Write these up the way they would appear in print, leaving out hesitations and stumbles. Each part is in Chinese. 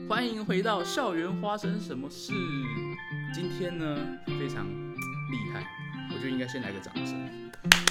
欢迎回到校园发生什么事。今天呢非常厉害，我觉得应该先来个掌声。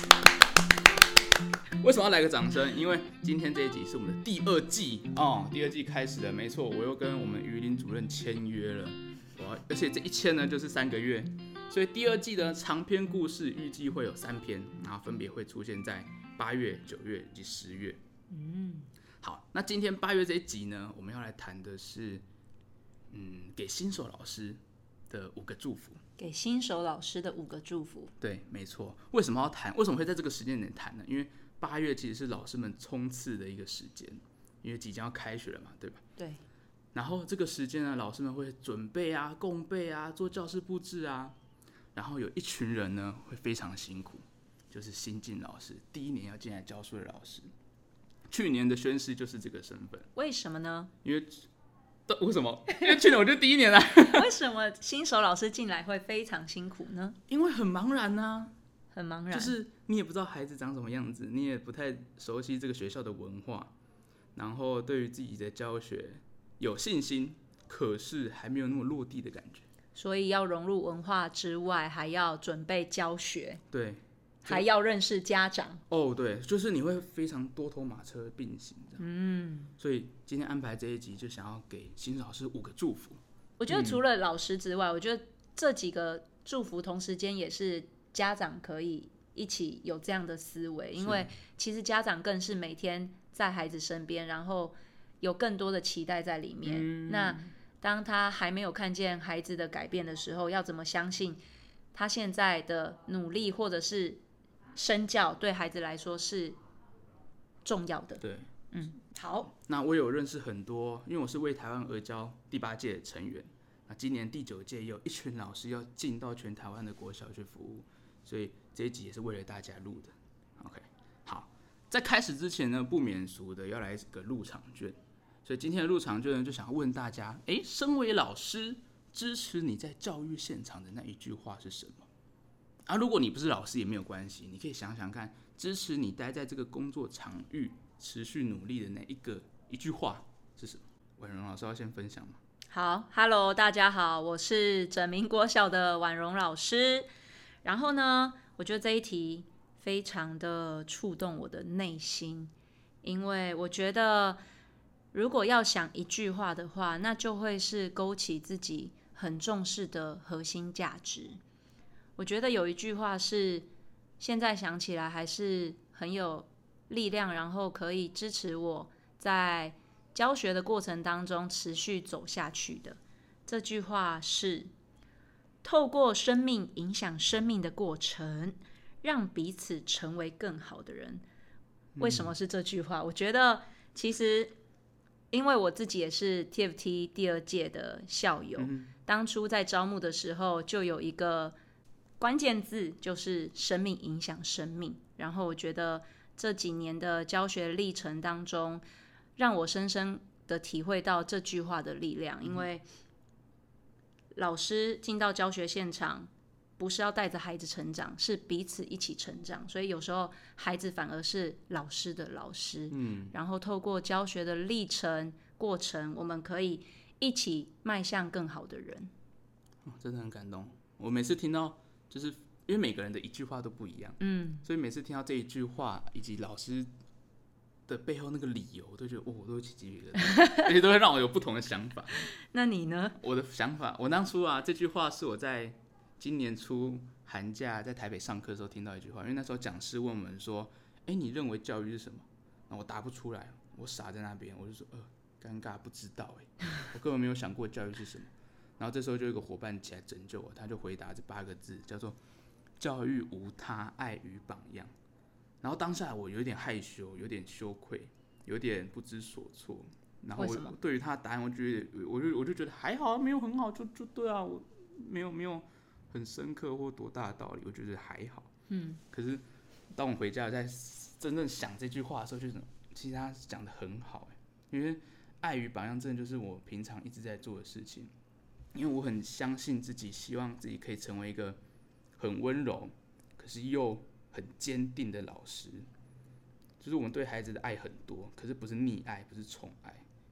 为什么要来个掌声？因为今天这一集是我们的第二季哦，第二季开始了，没错，我又跟我们于林主任签约了，而且这一签呢就是3个月，所以第二季的长篇故事预计会有3篇，然后分别会出现在8月、9月以及10月。好，那今天8月这一集呢，我们要来谈的是，给新手老师的5个祝福。 给新手老师的5个祝福。 对，没错。为什么要谈？为什么会在这个时间点谈呢？因为8月其实是老师们冲刺的一个时间，因为即将要开学了嘛，对吧？ 对。 然后这个时间呢，老师们会准备啊、共备啊、做教室布置啊，然后有一群人呢会非常辛苦，就是新进老师，第1年要进来教书的老师。去年的宣誓就是这个身份。 为什么呢？ 为什么？因为去年我就第1年啊。 为什么新手老师进来会非常辛苦呢？ 因为很茫然啊， 很茫然， 就是你也不知道孩子长什么样子，你也不太熟悉这个学校的文化，然后对于自己的教学有信心，可是还没有那么落地的感觉。 所以要融入文化之外，还要准备教学。 对。 还要认识家长哦，对，就是你会非常多头马车并行这样。所以今天安排这一集，就想要给新手老师5个祝福。 我觉得除了老师之外，我觉得这几个祝福同时间也是家长可以一起有这样的思维，因为其实家长更是每天在孩子身边，然后有更多的期待在里面。那当他还没有看见孩子的改变的时候，要怎么相信他现在的努力或者是身教对孩子来说是重要的。 对， 好。 那我有认识很多，因为我是为台湾而教第8届的成员。那今年第9届也有一群老师要进到全台湾的国小去服务，所以这一集也是为了大家录的。OK， 好，在开始之前呢，不免俗的要来一个入场券。所以今天的入场券呢，就想要问大家，身为老师，支持你在教育现场的那一句话是什么？如果你不是老师也没有关系，你可以想想看，支持你待在这个工作场域持续努力的那一句话是什么？婉容老师要先分享吗？ 好 ，Hello， 大家好，我是整民国小的婉容老师。然后呢，我觉得这一题非常的触动我的内心，因为我觉得如果要想一句话的话，那就会是勾起自己很重视的核心价值。我觉得有一句话是现在想起来还是很有力量，然后可以支持我在教学的过程当中持续走下去的。这句话是：透过生命影响生命的过程，让彼此成为更好的人。为什么是这句话？我觉得其实因为我自己也是 TFT 第2届的校友，当初在招募的时候就有一个关键字，就是生命影响生命。然后我觉得这几年的教学历程当中，让我深深的体会到这句话的力量。因为老师进到教学现场，不是要带着孩子成长，是彼此一起成长。所以有时候孩子反而是老师的老师。然后透过教学的历程过程，我们可以一起迈向更好的人。 真的很感动。我每次听到，就是因为每个人的一句话都不一样，所以每次听到这一句话以及老师的背后那个理由，我都觉得我都起鸡皮疙瘩，而且都会让我有不同的想法。 那你呢？ 我的想法，我当初这句话是我在今年初寒假在台北上课的时候听到一句话，因为那时候讲师问我们说：“你认为教育是什么？”那我答不出来，我傻在那边，我就说尴尬，不知道我根本没有想过教育是什么。然后这时候就有一个伙伴起来拯救我，他就回答这8个字，叫做教育无他，爱与榜样。然后当下我有点害羞，有点羞愧，有点不知所措。然后我对于他的答案，我就觉得还好，没有很好，就对啊，我没有很深刻或多大的道理，我觉得还好。可是当我回家在真正想这句话的时候，就是其实他讲得很好，因为爱与榜样真的就是我平常一直在做的事情。因为我很相信自己，希望自己可以成为一个很温柔，可是又很坚定的老师。就是我们对孩子的爱很多，可是不是溺爱，不是宠爱，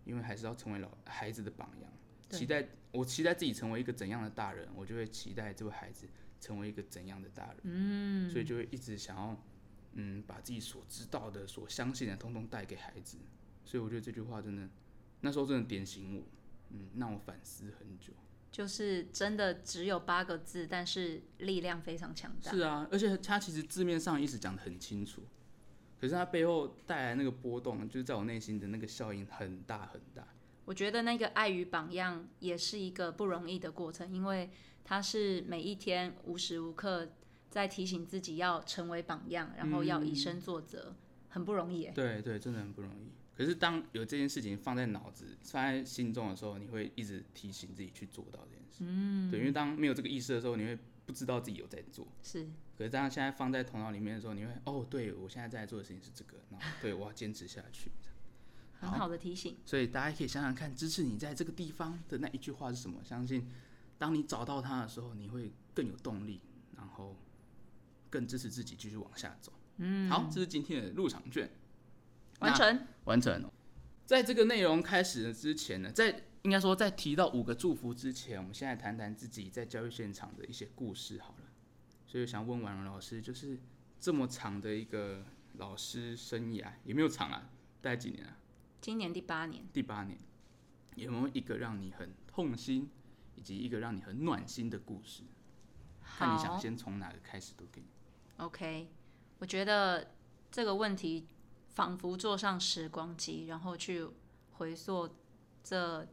因为还是要成为孩子的榜样。我期待自己成为一个怎样的大人，我就会期待这位孩子成为一个怎样的大人。所以就会一直想要，把自己所知道的、所相信的，通通带给孩子。所以我觉得这句话真的，那时候真的点醒我，让我反思很久。 就是真的只有8个字，但是力量非常强大。 是啊，而且它其实字面上意思讲得很清楚，可是它背后带来那个波动，就是在我内心的那个效应很大很大。 我觉得那个爱与榜样也是一个不容易的过程，因为它是每一天无时无刻在提醒自己要成为榜样，然后要以身作则，很不容易耶。 对对，真的很不容易。可是当有这件事情放在脑子、放在心中的时候，你会一直提醒自己去做到这件事。对，因为当没有这个意识的时候，你会不知道自己有在做。 是。 可是当现在放在头脑里面的时候，你会对我现在在做的事情是这个，然后对我要坚持下去。 很好的提醒。 所以大家可以想想看，支持你在这个地方的那一句话是什么？相信当你找到它的时候，你会更有动力，然后更支持自己继续往下走。好，这是今天的入场券。完成。在这个内容开始之前呢，应该说在提到5个祝福之前，我们现在谈谈自己在教育现场的一些故事好了。所以想问婉容老师，就是这么长的一个老师生涯，也没有长啊，大概几年啊？ 今年第8年。 第8年，有没有一个让你很痛心，以及一个让你很暖心的故事？看你想先从哪个开始都可以。 OK， 我觉得这个问题仿佛坐上时光机，然后去回溯这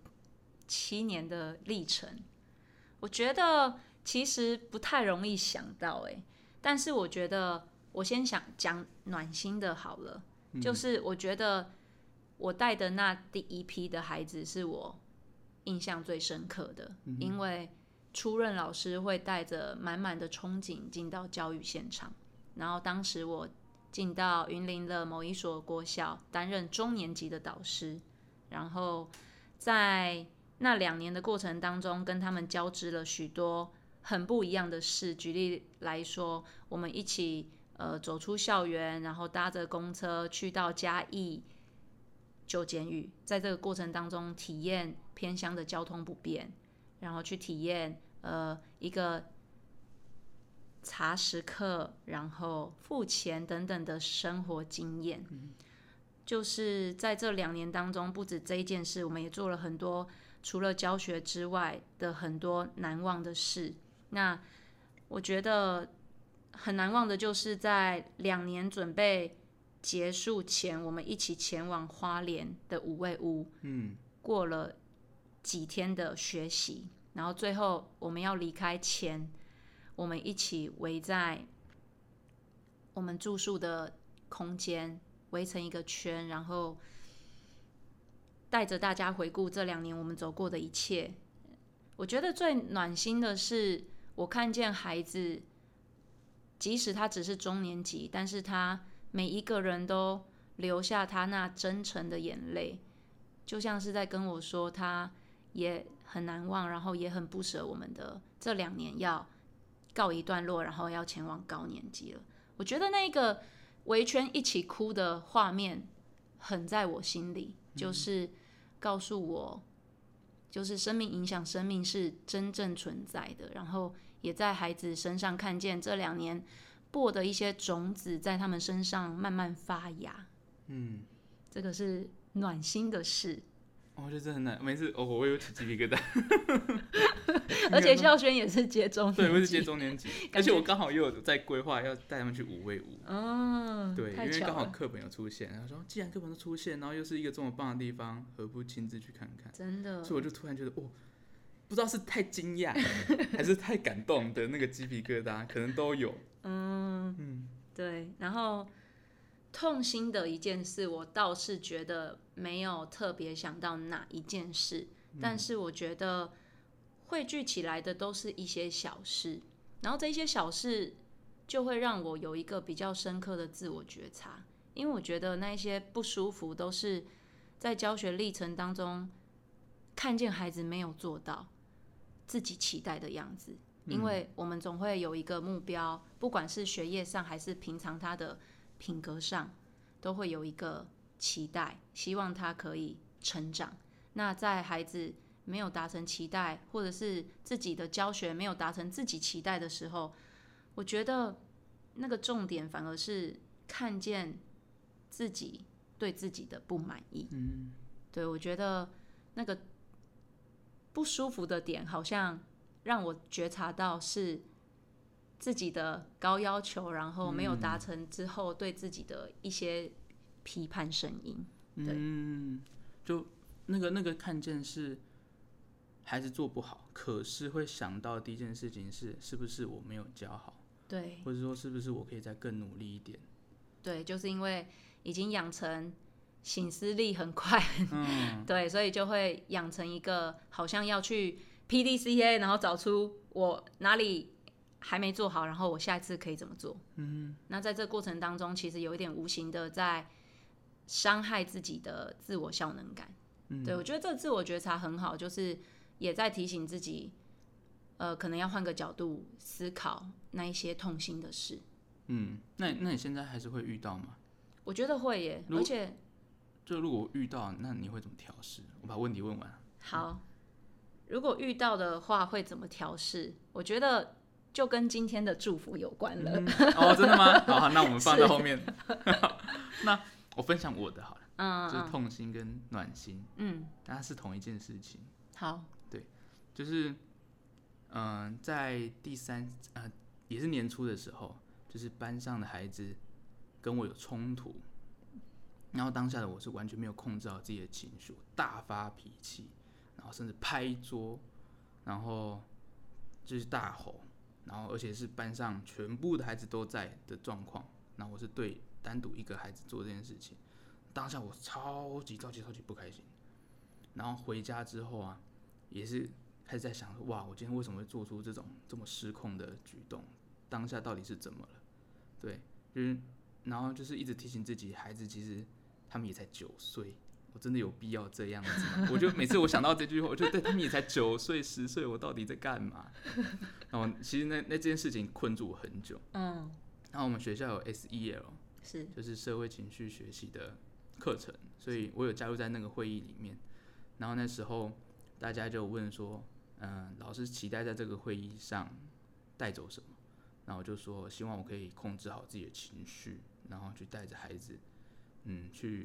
7年的历程。我觉得其实不太容易想到但是我觉得我先想讲暖心的好了。就是我觉得我带的那第1批的孩子是我印象最深刻的，因为初任老师会带着满满的憧憬进到教育现场，然后当时我进到云林的某一所国小担任中年级的导师，然后在那2年的过程当中跟他们交织了许多很不一样的事。举例来说，我们一起走出校园，然后搭着公车去到嘉义旧监狱，在这个过程当中体验偏乡的交通不便，然后去体验一个查时课，然后付钱等等的生活经验。就是在这2年当中，不止这一件事，我们也做了很多除了教学之外的很多难忘的事。那我觉得很难忘的就是在2年准备结束前，我们一起前往花莲的五味屋，过了几天的学习，然后最后我们要离开前，我们一起围在我们住宿的空间，围成一个圈，然后带着大家回顾这2年我们走过的一切。我觉得最暖心的是，我看见孩子，即使他只是中年级，但是他每一个人都留下他那真诚的眼泪，就像是在跟我说他也很难忘，然后也很不舍我们的这2年要告一段落，然后要前往高年级了。我觉得那个围圈一起哭的画面很在我心里，就是告诉我，就是生命影响生命是真正存在的，然后也在孩子身上看见这2年播的一些种子在他们身上慢慢发芽。这个是暖心的事。 我觉得这很难，每次我有起鸡皮疙瘩。 而且孝轩也是接中年级， 对，我是接中年级，而且我刚好又有在规划要带他们去五味屋。对，因为刚好课本有出现，然后说既然课本都出现，然后又是一个这么棒的地方，何不亲自去看看？ 真的， 所以我就突然觉得，不知道是太惊讶还是太感动的那个鸡皮疙瘩，可能都有。 对，然后痛心的一件事，我倒是觉得没有特别想到哪一件事，但是我觉得汇聚起来的都是一些小事，然后这些小事就会让我有一个比较深刻的自我觉察，因为我觉得那些不舒服都是在教学历程当中看见孩子没有做到自己期待的样子，因为我们总会有一个目标，不管是学业上还是平常他的品格上，都会有一个期待，希望他可以成长。那在孩子没有达成期待，或者是自己的教学没有达成自己期待的时候，我觉得那个重点反而是看见自己对自己的不满意。对，我觉得那个不舒服的点，好像让我觉察到是自己的高要求，然后没有达成之后对自己的一些批判声音。对， 就那个看见是孩子做不好，可是会想到第一件事情是不是我没有教好， 对， 或者说是不是我可以再更努力一点。 对，就是因为已经养成省思力很快，对，所以就会养成一个好像要去 PDCA， 然后找出我哪里还没做好，然后我下一次可以怎么做。那在这过程当中，其实有一点无形的在伤害自己的自我效能感。对，我觉得这自我觉察很好，就是也在提醒自己，可能要换个角度思考那一些痛心的事。 那你现在还是会遇到吗？ 我觉得会耶，而且就如果遇到，那你会怎么调试？我把问题问完。 好，如果遇到的话会怎么调试？我觉得就跟今天的祝福有关了。 真的吗？好，那我们放在后面。那我分享我的好了。就是痛心跟暖心，但它是同一件事情。 好， 对，就是在也是年初的时候，就是班上的孩子跟我有冲突，然后当下的我是完全没有控制好自己的情绪，大发脾气，然后甚至拍桌，然后就是大吼，然后而且是班上全部的孩子都在的状况，然后我是对单独一个孩子做这件事情。当下我超级不开心，然后回家之后啊，也是开始在想说，哇，我今天为什么会做出这种这么失控的举动？当下到底是怎么了？对，然后就是一直提醒自己，孩子其实他们也才9岁，我真的有必要这样子吗？我就每次我想到这句话，我就对他们也才9岁10岁，我到底在干嘛？然后其实那件事情困住我很久。然后我们学校有 SEL， 就是社会情绪学习的课程，所以我有加入在那个会议里面。然后那时候大家就问说，老师期待在这个会议上带走什么？然后我就说，希望我可以控制好自己的情绪，然后去带着孩子，去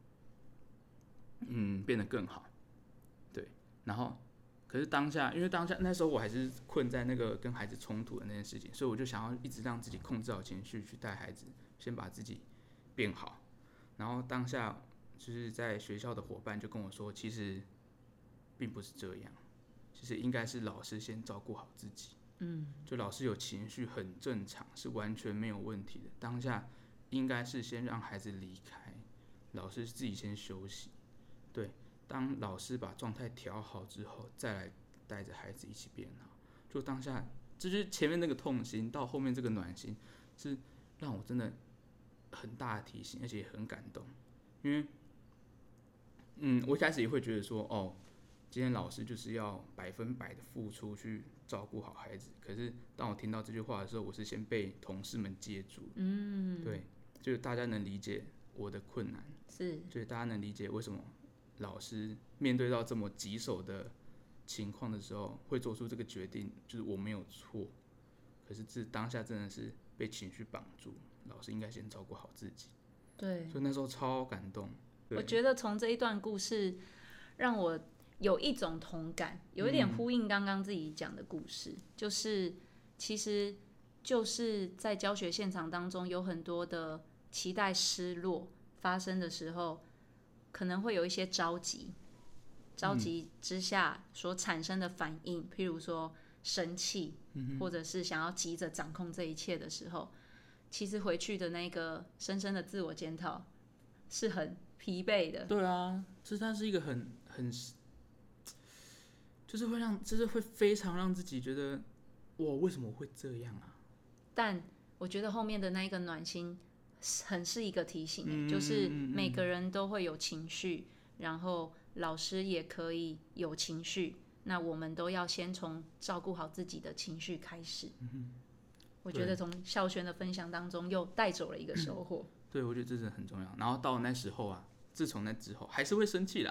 变得更好。对，然后可是因为当下那时候我还是困在那个跟孩子冲突的那件事情，所以我就想要一直让自己控制好情绪，去带孩子，先把自己变好。然后当下就是在学校的伙伴就跟我说，其实并不是这样，其实应该是老师先照顾好自己。就老师有情绪很正常，是完全没有问题的。当下应该是先让孩子离开，老师自己先休息。对，当老师把状态调好之后，再来带着孩子一起变好。就当下，就是前面那个痛心到后面这个暖心，是让我真的很大的提醒，而且也很感动。因为，我一开始也会觉得说，今天老师就是要100%的付出去照顾好孩子。可是当我听到这句话的时候，我是先被同事们接住。对，就是大家能理解我的困难，就是大家能理解为什么老师面对到这么棘手的情况的时候会做出这个决定，就是我没有错。可是当下真的是被情绪绑住，老师应该先照顾好自己。 对， 所以那时候超感动。 我觉得从这一段故事让我有一种同感，有一点呼应刚刚自己讲的故事，就是其实就是在教学现场当中有很多的期待失落发生的时候，可能会有一些着急之下所产生的反应，譬如说生气，或者是想要急着掌控这一切的时候，其实回去的那个深深的自我检讨是很疲惫的。 对啊，它是一个很就是会非常让自己觉得，我为什么会这样啊？ 但我觉得后面的那一个暖心很是一个提醒，就是每个人都会有情绪，然后老师也可以有情绪，那我们都要先从照顾好自己的情绪开始。我觉得从孝轩的分享当中又带走了一个收获。 对，我觉得这真的很重要。然后到那时候啊，自从那之后还是会生气啦，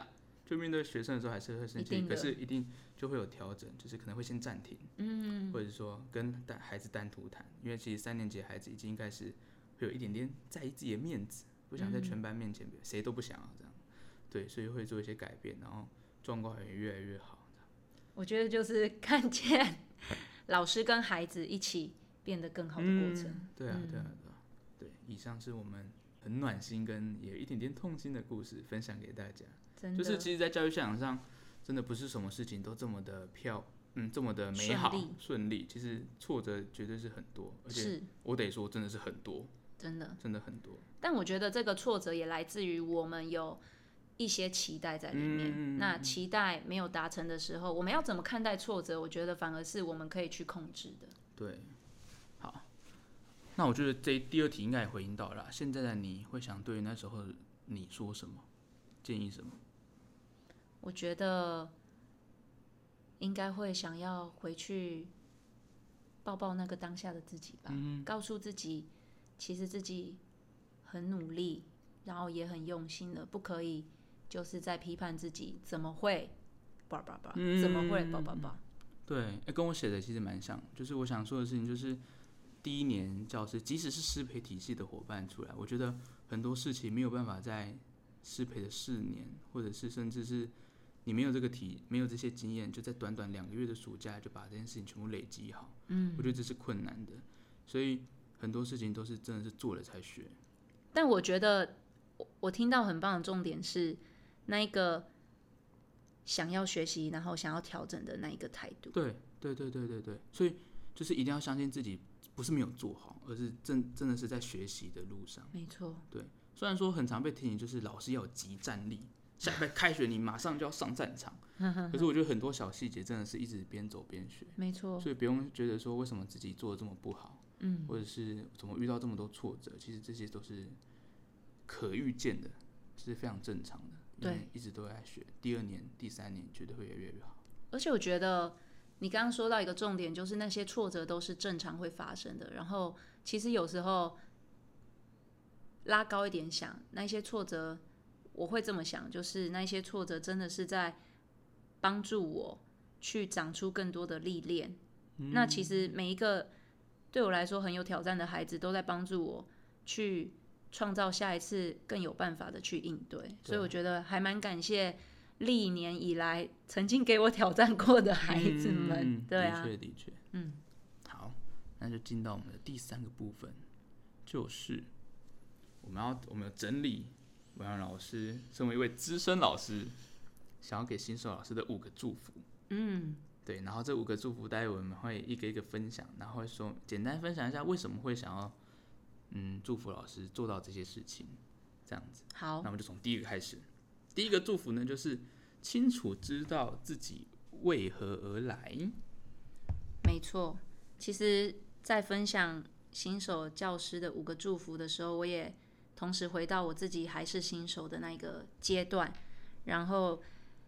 就面对学生的时候还是会生气，可是一定就会有调整，就是可能会先暂停，或者说跟孩子单独谈，因为其实3年级的孩子已经应该是会有一点点在意自己的面子，不想在全班面前，谁都不想要这样，对，所以会做一些改变，然后状况也越来越好。 我觉得就是看见老师跟孩子一起变得更好的过程。 对啊，对，以上是我们很暖心跟也有一点点痛心的故事分享给大家。就是其实，在教育现场上，真的不是什么事情都这么的这么的美好顺利。其实挫折绝对是很多，而且我得说，真的是很多，真的很多。 但我觉得这个挫折也来自于我们有一些期待在里面。那期待没有达成的时候，我们要怎么看待挫折？我觉得反而是我们可以去控制的。 对，好，那我觉得第二题应该也回应到了啦。现在的你会想对那时候你说什么？建议什么？ 我觉得应该会想要回去抱抱那个当下的自己吧，告诉自己，其实自己很努力，然后也很用心了，不可以就是在批判自己怎么会，怎么会， 对，跟我写的其实蛮像，就是我想说的事情就是第一年教师，即使是师培体系的伙伴出来，我觉得很多事情没有办法在师培的4年，或者是甚至是你没有没有这些经验，就在短短2个月的暑假就把这件事情全部累积好，我觉得这是困难的，所以很多事情都是真的是做了才学。 但我觉得我听到很棒的重点是那一个想要学习，然后想要调整的那一个态度。 对，所以就是一定要相信自己，不是没有做好，而是真的是在学习的路上。 没错， 对。虽然说很常被提醒，就是老师要有即战力，下礼拜开学你马上就要上战场。可是我觉得很多小细节真的是一直边走边学。 没错。 所以不用觉得说为什么自己做的这么不好，或者是怎么遇到这么多挫折，其实这些都是可预见的，是非常正常的。对，一直都在学，第2年、第3年绝对会越来越好。 而且我觉得你刚刚说到一个重点，就是那些挫折都是正常会发生的。然后其实有时候拉高一点想，那些挫折，我会这么想，就是那些挫折真的是在帮助我去长出更多的历练。那其实每一个对我来说很有挑战的孩子，都在帮助我去创造下一次更有办法的去应对。所以我觉得还蛮感谢历年以来曾经给我挑战过的孩子们。对啊， 的确，好，那就进到我们的第3个部分，就是我们有整理文阳老师身为一位资深老师，想要给新手老师的5个祝福。对，然后这5个祝福，待会我们会一个一个分享，然后会说简单分享一下为什么会想要祝福老师做到这些事情，这样子。 好， 那我们就从第1个开始。第1个祝福呢，就是清楚知道自己为何而来。 没错，其实，在分享新手教师的5个祝福的时候，我也同时回到我自己还是新手的那个阶段，然后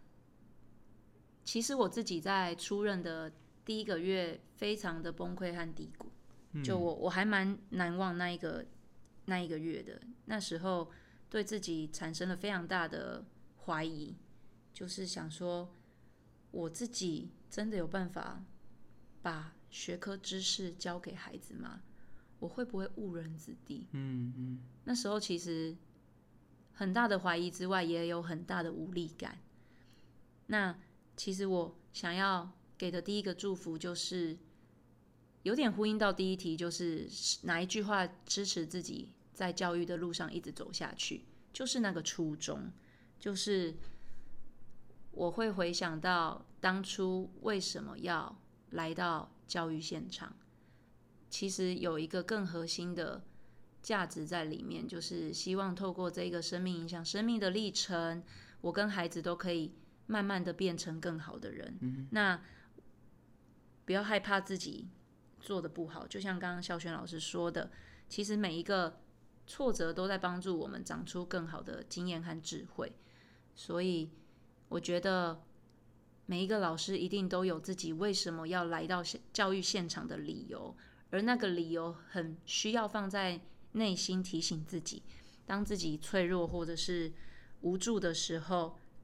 其实我自己在出任的第1个月非常的崩溃和低谷，就我还蛮难忘那一个月的。那时候对自己产生了非常大的怀疑，就是想说我自己真的有办法把学科知识教给孩子吗？我会不会误人子弟？那时候其实很大的怀疑之外，也有很大的无力感。那其实我想要给的第1个祝福，就是有点呼应到第1题，就是哪一句话支持自己在教育的路上一直走下去，就是那个初衷，就是我会回想到当初为什么要来到教育现场，其实有一个更核心的价值在里面，就是希望透过这个生命影响生命的历程，我跟孩子都可以慢慢的变成更好的人。那不要害怕自己做的不好，就像刚刚孝轩老师说的，其实每一个挫折都在帮助我们长出更好的经验和智慧。所以我觉得每一个老师一定都有自己为什么要来到教育现场的理由，而那个理由很需要放在内心提醒自己，当自己脆弱或者是无助的时候，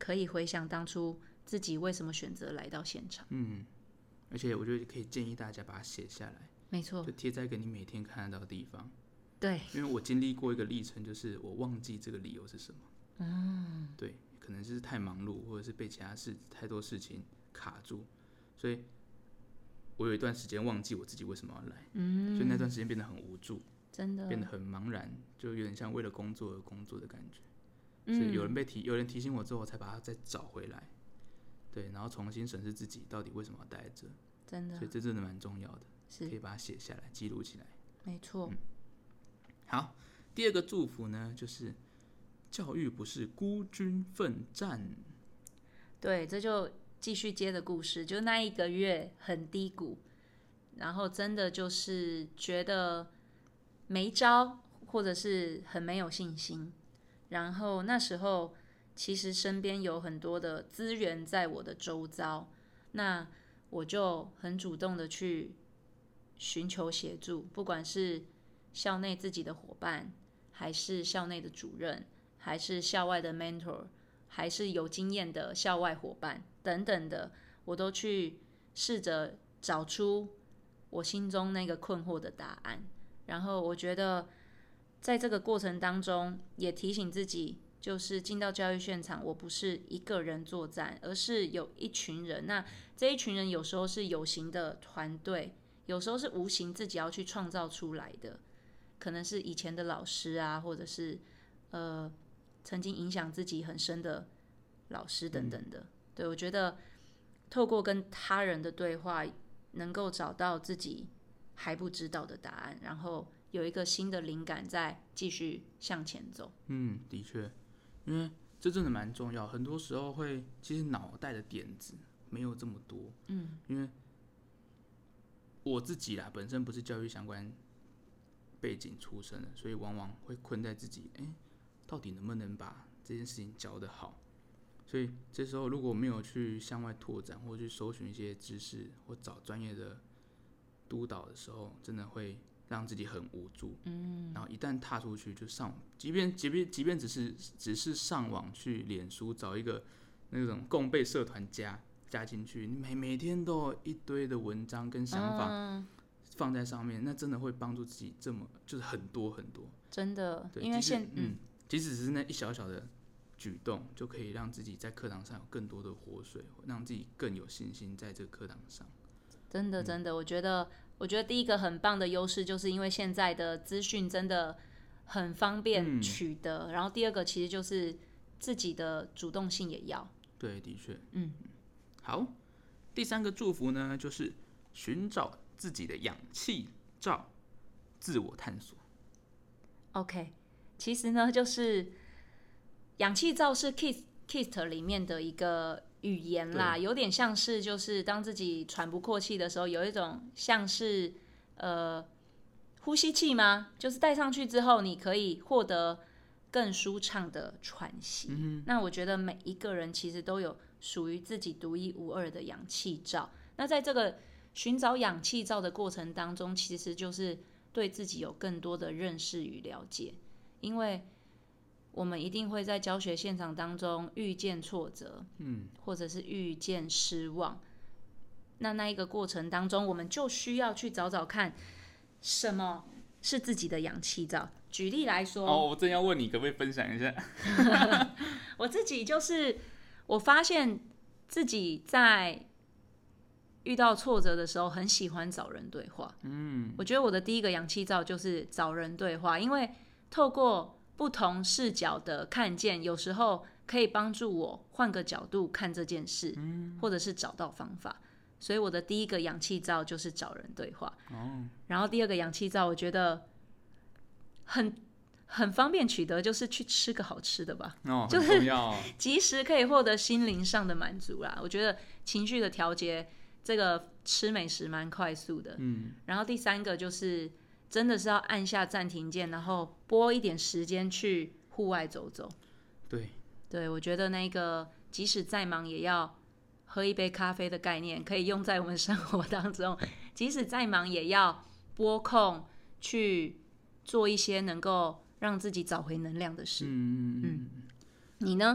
可以回想当初自己为什么选择来到现场。 而且我觉得可以建议大家把它写下来， 没错， 就贴在一个你每天看得到的地方。 对， 因为我经历过一个历程，就是我忘记这个理由是什么。对，可能是太忙碌，或者是被其他太多事情卡住，所以我有一段时间忘记我自己为什么要来，所以那段时间变得很无助， 真的变得很茫然，就有点像为了工作而工作的感觉。所以有人提醒我之后，我才把它再找回来，对，然后重新审视自己到底为什么要待在这， 真的， 所以这真的蛮重要的， 是可以把它写下来，记录起来。 没错。 好，第二个祝福呢，就是教育不是孤军奋战。 对，这就继续接的故事，就那一个月很低谷，然后真的就是觉得没招，或者是很没有信心。然后那时候其实身边有很多的资源在我的周遭，那我就很主动的去寻求协助，不管是校内自己的伙伴，还是校内的主任，还是校外的 mentor， 还是有经验的校外伙伴等等的，我都去试着找出我心中那个困惑的答案。然后我觉得在这个过程当中，也提醒自己，就是进到教育现场，我不是一个人作战，而是有一群人。那这一群人有时候是有形的团队，有时候是无形自己要去创造出来的，可能是以前的老师啊，或者是曾经影响自己很深的老师等等的。对，我觉得透过跟他人的对话，能够找到自己还不知道的答案，然后有一个新的灵感，再继续向前走。 的确，因为这真的蛮重要。很多时候其实脑袋的点子没有这么多。因为我自己啦，本身不是教育相关背景出身的，所以往往会困在自己，到底能不能把这件事情教得好？所以这时候如果没有去向外拓展，或去搜寻一些知识，或找专业的督导的时候，真的会让自己很无助。然后一旦踏出去，就即便只是上网去脸书找一个那种共备社团加进去，你每天都有一堆的文章跟想法放在上面，那真的会帮助自己就是很多很多。 真的， 对， 因为即使只是那一小小的举动，就可以让自己在课堂上有更多的活水，让自己更有信心在这个课堂上。 真的，我觉得第一个很棒的优势，就是因为现在的资讯真的很方便取得。然后第二个其实就是自己的主动性也要。 对，的确。好，第三个祝福呢，就是寻找自己的氧气罩，自我探索。 OK， 其实呢，就是氧气罩是 KIST 里面的一个语言啦，有点像是就是当自己喘不过气的时候，有一种像是呼吸器吗？就是戴上去之后，你可以获得更舒畅的喘息。那我觉得每一个人其实都有属于自己独一无二的氧气罩。那在这个寻找氧气罩的过程当中，其实就是对自己有更多的认识与了解，因为我们一定会在教学现场当中遇见挫折，或者是遇见失望。那一个过程当中，我们就需要去找找看什么是自己的氧气罩。举例来说， 我正要问你，可不可以分享一下？ 我自己就是我发现自己在遇到挫折的时候，很喜欢找人对话。我觉得我的第一个氧气罩就是找人对话，因为透过不同视角的看见，有时候可以帮助我换个角度看这件事，或者是找到方法。所以我的第一个氧气罩就是找人对话。然后第二个氧气罩，我觉得很方便取得，就是去吃个好吃的吧。就是及时可以获得心灵上的满足啦。我觉得情绪的调节，这个吃美食蛮快速的。然后第三个就是真的是要按下暂停键，然后拨一点时间去户外走走。对，我觉得那个即使再忙也要喝一杯咖啡的概念，可以用在我们生活当中。即使再忙也要拨空去做一些能够让自己找回能量的事。你呢？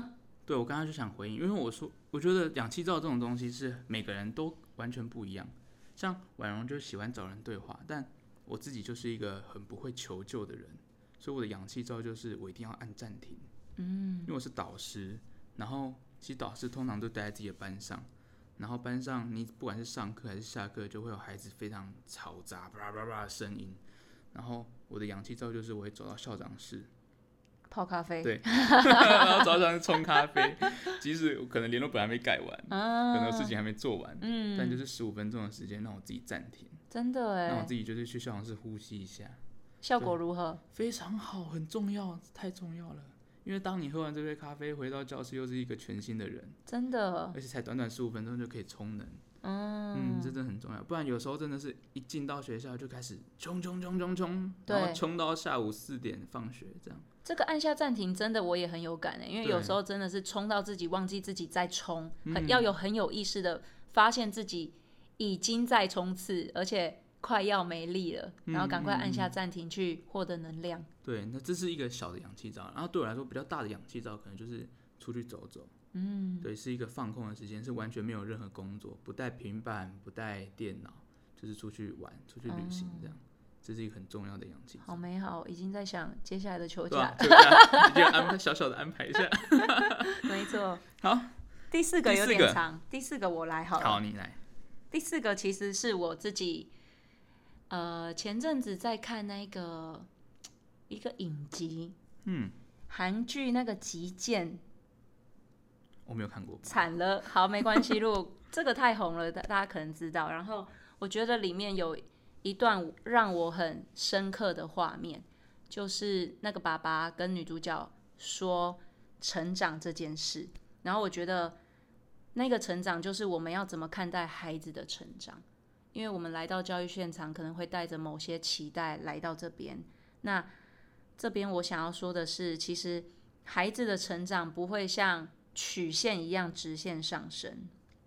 对，我刚刚就想回应，因为我觉得氧气罩这种东西是每个人都完全不一样。像婉容就喜欢找人对话，但我自己就是一个很不会求救的人，所以我的氧气罩就是我一定要按暂停。因为我是导师，然后其实导师通常都待在自己的班上，然后班上你不管是上课还是下课，就会有孩子非常嘈杂叭叭叭的声音，然后我的氧气罩就是我会走到校长室泡咖啡， 对，然后早上冲咖啡，即使可能联络本还没改完，可能事情还没做完，但就是15分钟的时间让我自己暂停， 真的哎， 让我自己就是去校长室呼吸一下， 效果如何？ 非常好，很重要，太重要了。因为当你喝完这杯咖啡回到教室，又是一个全新的人， 真的， 而且才短短15分钟就可以充能，这真的很重要。不然有时候真的是一进到学校就开始冲，然后冲到下午4点放学这样。 这个按下暂停真的我也很有感，因为有时候真的是冲到自己忘记自己在冲，要有很有意识的发现自己已经在冲刺，而且快要没力了，然后赶快按下暂停去获得能量。 对，那这是一个小的氧气罩，然后对我来说比较大的氧气罩可能就是出去走走，对，是一个放空的时间，是完全没有任何工作，不带平板，不带电脑，就是出去玩、出去旅行这样。这是一个很重要的氧气罩。 好美好，已经在想接下来的球假， 球假已经安排小小的安排一下。 没错。 好， 第4个有点长，第4个我来好了。 好，你来。 第4个其实是我自己，前阵子在看那个一个影集，韩剧那个《极剑》， 我没有看过。 惨了，好，没关系，如果这个太红了，大家可能知道。然后我觉得里面有一段让我很深刻的画面，就是那个爸爸跟女主角说成长这件事。然后我觉得那个成长就是我们要怎么看待孩子的成长，因为我们来到教育现场可能会带着某些期待来到这边。那这边我想要说的是，其实孩子的成长不会像曲线一样直线上升，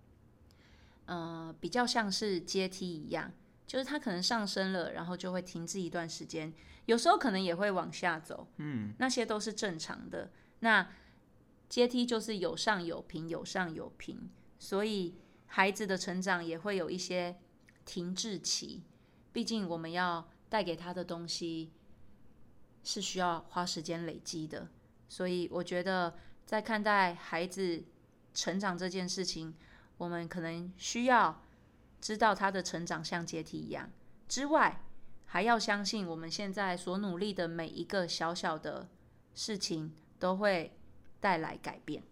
比较像是阶梯一样，就是他可能上升了，然后就会停滞一段时间，有时候可能也会往下走，那些都是正常的。那阶梯就是有上有平，有上有平，所以孩子的成长也会有一些停滞期，毕竟我们要带给他的东西是需要花时间累积的，所以我觉得在看待孩子成长这件事情，我们可能需要知道他的成长像阶梯一样之外，还要相信我们现在所努力的每一个小小的事情都会带来改变。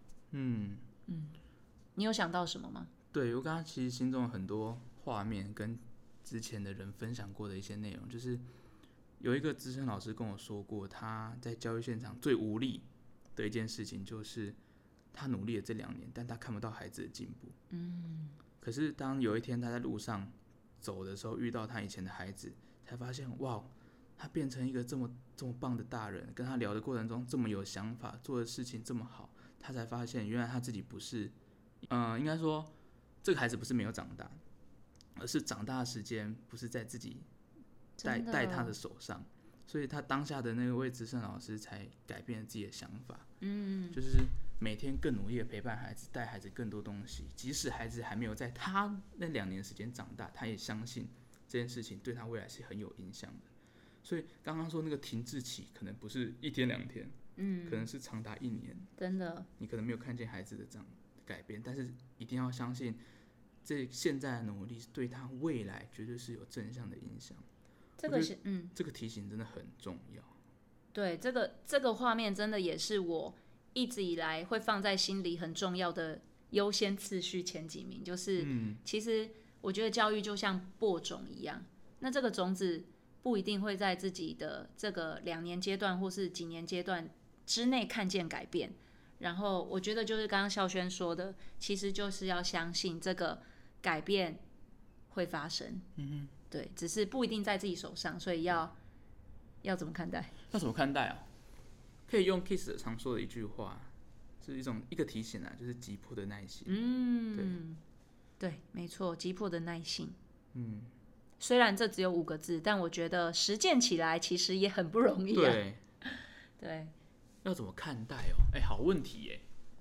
你有想到什么吗？ 对，我刚刚其实心中有很多画面跟之前的人分享过的一些内容，就是有一个资深老师跟我说过，他在教育现场最无力的一件事情就是他努力了这2年，但他看不到孩子的进步。可是当有一天他在路上走的时候，遇到他以前的孩子，才发现哇，他变成一个这么棒的大人，跟他聊的过程中这么有想法，做的事情这么好，他才发现原来他自己不是，应该说这个孩子不是没有长大，而是长大的时间不是在自己带他的手上，所以他当下的那位资深老师才改变了自己的想法，就是每天更努力的陪伴孩子，带孩子更多东西，即使孩子还没有在他那2年时间长大，他也相信这件事情对他未来是很有影响的。所以刚刚说那个停滞期可能不是1天2天，可能是长达1年， 真的， 你可能没有看见孩子的这样改变，但是一定要相信这现在的努力对他未来绝对是有正向的影响。这个提醒真的很重要。 对，这个画面真的也是我一直以来会放在心里很重要的优先次序前几名，就是其实我觉得教育就像播种一样，那这个种子不一定会在自己的这个2年阶段或是几年阶段之内看见改变，然后我觉得就是刚刚孝轩说的，其实就是要相信这个改变会发生，对，只是不一定在自己手上，所以要怎么看待？ 要怎么看待啊？可以用 Kiss 常说的一句话，是一个提醒啊，就是急迫的耐心。 对，没错，急迫的耐心。虽然这只有5个字，但我觉得实践起来其实也很不容易啊。 对，要怎么看待哦？好问题耶。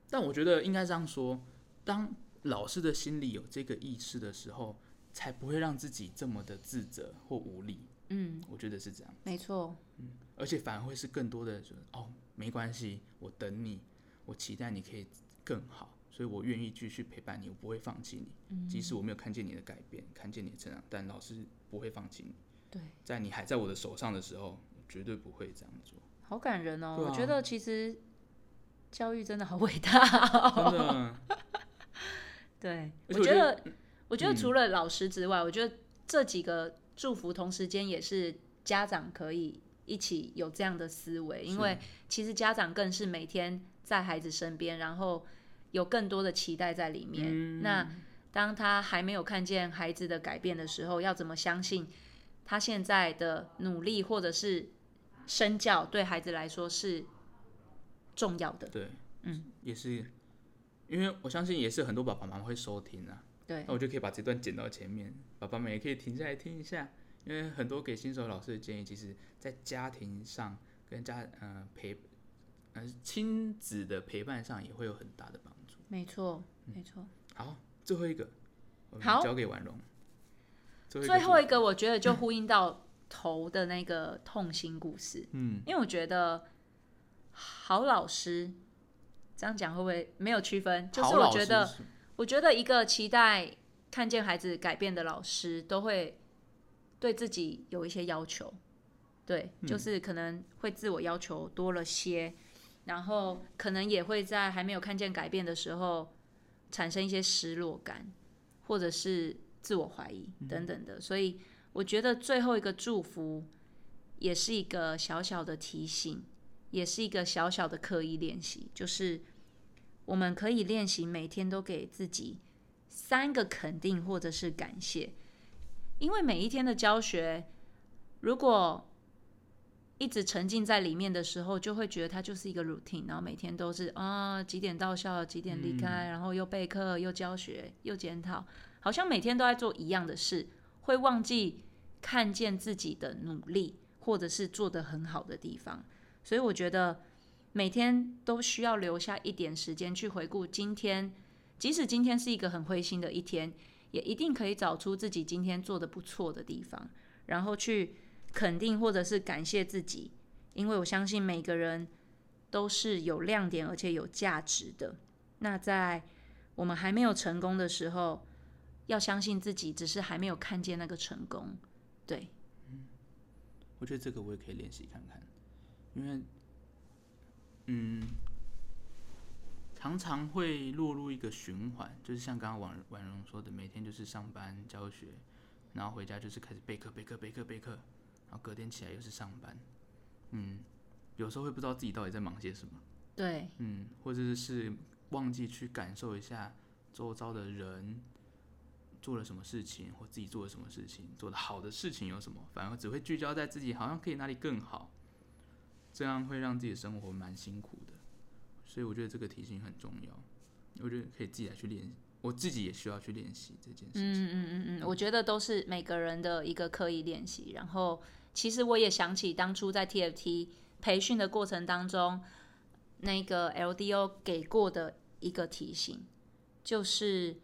但我觉得应该这样说，当老师的心里有这个意识的时候，才不会让自己这么的自责或无力。我觉得是这样。 没错。 而且反而会是更多的没关系，我等你，我期待你可以更好，所以我愿意继续陪伴你，我不会放弃你。即使我没有看见你的改变，看见你的成长，但老师不会放弃你。 对， 在你还在我的手上的时候，我绝对不会这样做。 好感人哦！ 对啊， 我觉得其实教育真的好伟大哦。 真的。 对，我觉得除了老师之外，我觉得这几个祝福同时间也是家长可以一起有这样的思维，因为其实家长更是每天在孩子身边，然后有更多的期待在里面。那当他还没有看见孩子的改变的时候，要怎么相信他现在的努力或者是身教对孩子来说是重要的？ 对，也是，因为我相信也是很多爸爸妈妈会收听啊。 对， 那我就可以把这段剪到前面，爸爸们也可以停下来听一下，因为很多给新手老师的建议，其实在家庭上跟亲子的陪伴上也会有很大的帮助。 没错，没错。 好，最后一个，我们交给婉容。 最后一个，我觉得就呼应到头的那个痛心故事。因为我觉得好老师这样讲会不会没有区分？就是我觉得一个期待看见孩子改变的老师，都会对自己有一些要求。对，就是可能会自我要求多了些，然后可能也会在还没有看见改变的时候产生一些失落感，或者是自我怀疑等等的。所以我觉得最后一个祝福也是一个小小的提醒，也是一个小小的刻意练习，就是我们可以练习每天都给自己3个肯定或者是感谢。因为每一天的教学，如果一直沉浸在里面的时候，就会觉得它就是一个 routine， 然后每天都是几点到校，几点离开，然后又备课，又教学，又检讨，好像每天都在做一样的事，会忘记看见自己的努力，或者是做得很好的地方。所以我觉得每天都需要留下一点时间去回顾今天，即使今天是一个很灰心的一天，也一定可以找出自己今天做得不错的地方，然后去肯定或者是感谢自己。因为我相信每个人都是有亮点而且有价值的。那在我们还没有成功的时候，要相信自己只是还没有看见那个成功。对， 我觉得这个我也可以练习看看，因为常常会落入一个循环，就是像刚刚婉容说的，每天就是上班教学，然后回家就是开始备课，然后隔天起来又是上班。有时候会不知道自己到底在忙些什么。 对， 或者是忘记去感受一下周遭的人做了什么事情，或自己做了什么事情，做的好的事情有什么，反而只会聚焦在自己好像可以哪里更好，这样会让自己的生活蛮辛苦的。所以我觉得这个提醒很重要，我觉得可以自己来去练习，我自己也需要去练习这件事情。 我觉得都是每个人的一个刻意练习。然后其实我也想起当初在 TFT 培训的过程当中，那个 LDO 给过的一个提醒，就是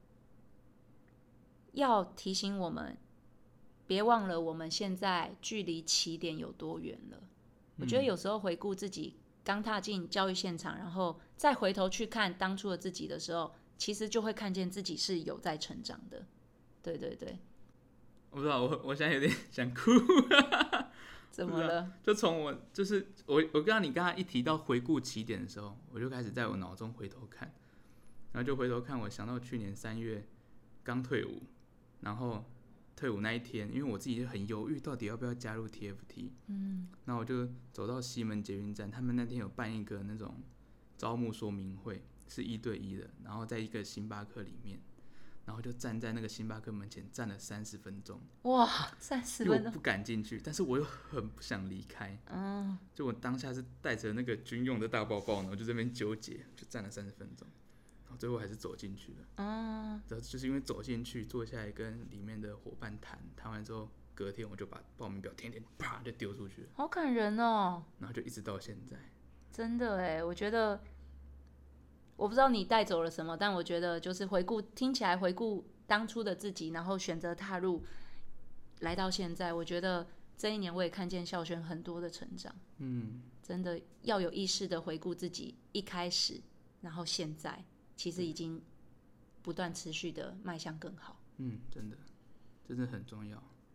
要提醒我们别忘了我们现在距离起点有多远了。我觉得有时候回顾自己刚踏进教育现场，然后再回头去看当初的自己的时候，其实就会看见自己是有在成长的。对对对， 我不知道，我现在有点想哭。 怎么了？ 就从我刚刚你刚刚一提到回顾起点的时候，我就开始在我脑中回头看，然后就回头看，我想到去年3月刚退伍，然后退伍那一天，因为我自己就很犹豫，到底要不要加入 TFT。那我就走到西门捷运站，他们那天有办一个那种招募说明会，是1对1的，然后在一个星巴克里面，然后就站在那个星巴克门前站了30分钟。 哇，30分钟！ 我不敢进去，但是我又很不想离开。就我当下是带着那个军用的大包包，然后就这边纠结，就站了30分钟，然后最后还是走进去了。然后就是因为走进去，坐下来跟里面的伙伴谈完之后，隔天我就把报名表填啪就丢出去了。 好感人哦！ 然后就一直到现在。 真的耶，我觉得我不知道你带走了什么，但我觉得就是听起来回顾当初的自己，然后选择踏入来到现在，我觉得这一年我也看见孝轩很多的成长。真的要有意识的回顾自己一开始，然后现在其实已经不断持续的迈向更好。 真的，真的很重要。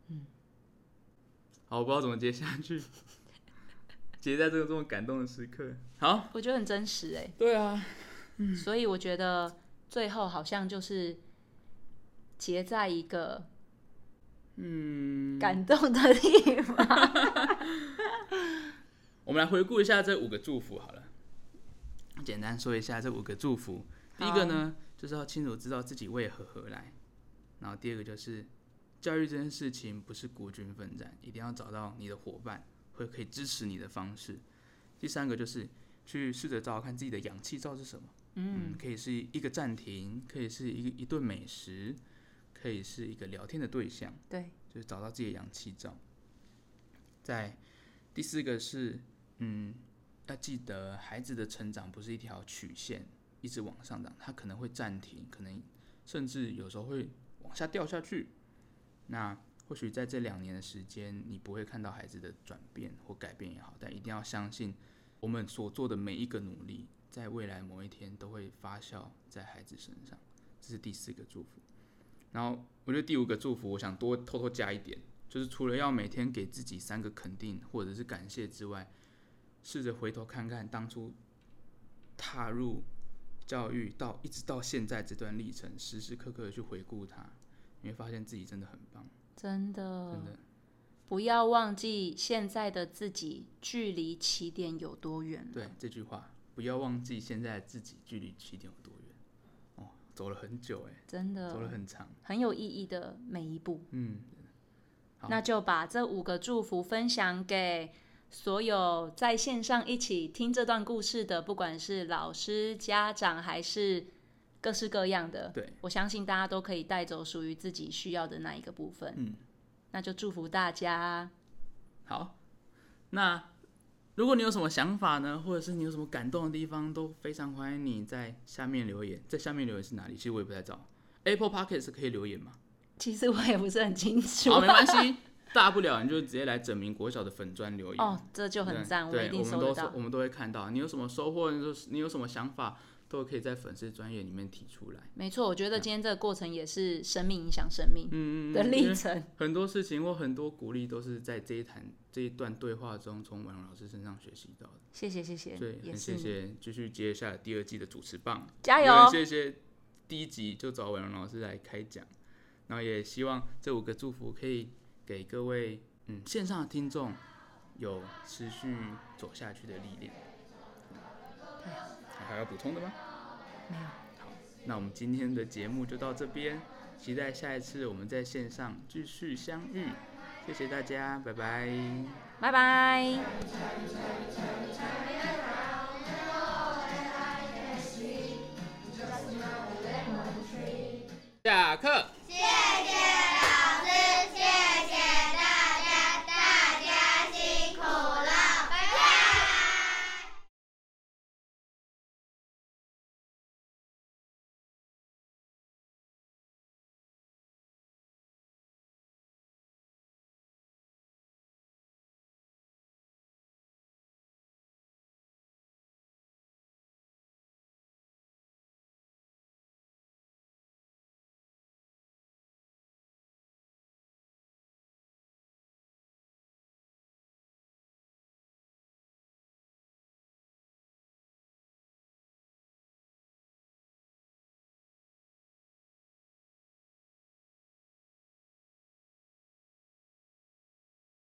好，我不知道怎么接下去，结在这么感动的时刻。好， 我觉得很真实哎。 对啊， 所以我觉得最后好像就是结在一个感动的地方。 我们来回顾一下这5个祝福好了，简单说一下这5个祝福。第一个呢，就是要清楚知道自己为何而来，然后第二个就是教育这件事情不是孤军奋战，一定要找到你的伙伴或可以支持你的方式。第三个就是去试着找看自己的氧气罩是什么。可以是一个暂停，可以是一顿美食，可以是一个聊天的对象。 对， 就是找到自己的氧气罩。在第4个是，要记得孩子的成长不是一条曲线一直往上涨，他可能会暂停，可能甚至有时候会往下掉下去。那或许在这2年的时间，你不会看到孩子的转变或改变也好，但一定要相信我们所做的每一个努力，在未来某一天都会发酵在孩子身上。这是第4个祝福。然后我觉得第5个祝福，我想多偷偷加一点，就是除了要每天给自己3个肯定或者是感谢之外，试着回头看看当初踏入教育一直到现在这段历程，时时刻刻的去回顾它，你会发现自己真的很棒。 真的不要忘记现在的自己距离起点有多远。 对，这句话，不要忘记现在的自己距离起点有多远。走了很久真的走了很长， 很有意义的每一步。 好， 那就把这5个祝福分享给所有在线上一起听这段故事的，不管是老师、家长还是各式各样的。 对， 我相信大家都可以带走属于自己需要的那一个部分。那就祝福大家。 好，那如果你有什么想法呢，或者是你有什么感动的地方，都非常欢迎你在下面留言。在下面留言是哪里？其实我也不太知道。Apple Podcast 可以留言吗？ 其实我也不是很清楚。 好，没关系，大不了你就直接来整民国小的粉专留言。 这就很赞，我们一定收得到。 我们都会看到。你有什么收获，你有什么想法，都可以在粉丝专页里面提出来。 没错，我觉得今天这个过程也是生命影响生命的历程。 很多事情或很多鼓励都是在这一段对话中，从婉容老师身上学习到的。 谢谢谢谢， 所以很谢谢继续接下来第2季的主持棒， 加油！ 谢谢第1集就找婉容老师来开讲，然后也希望这5个祝福可以给各位线上的听众有持续走下去的力量。还要补充的吗？ 没有。 好，那我们今天的节目就到这边，期待下一次我们在线上继续相遇。谢谢大家，拜拜。 拜拜。 下课。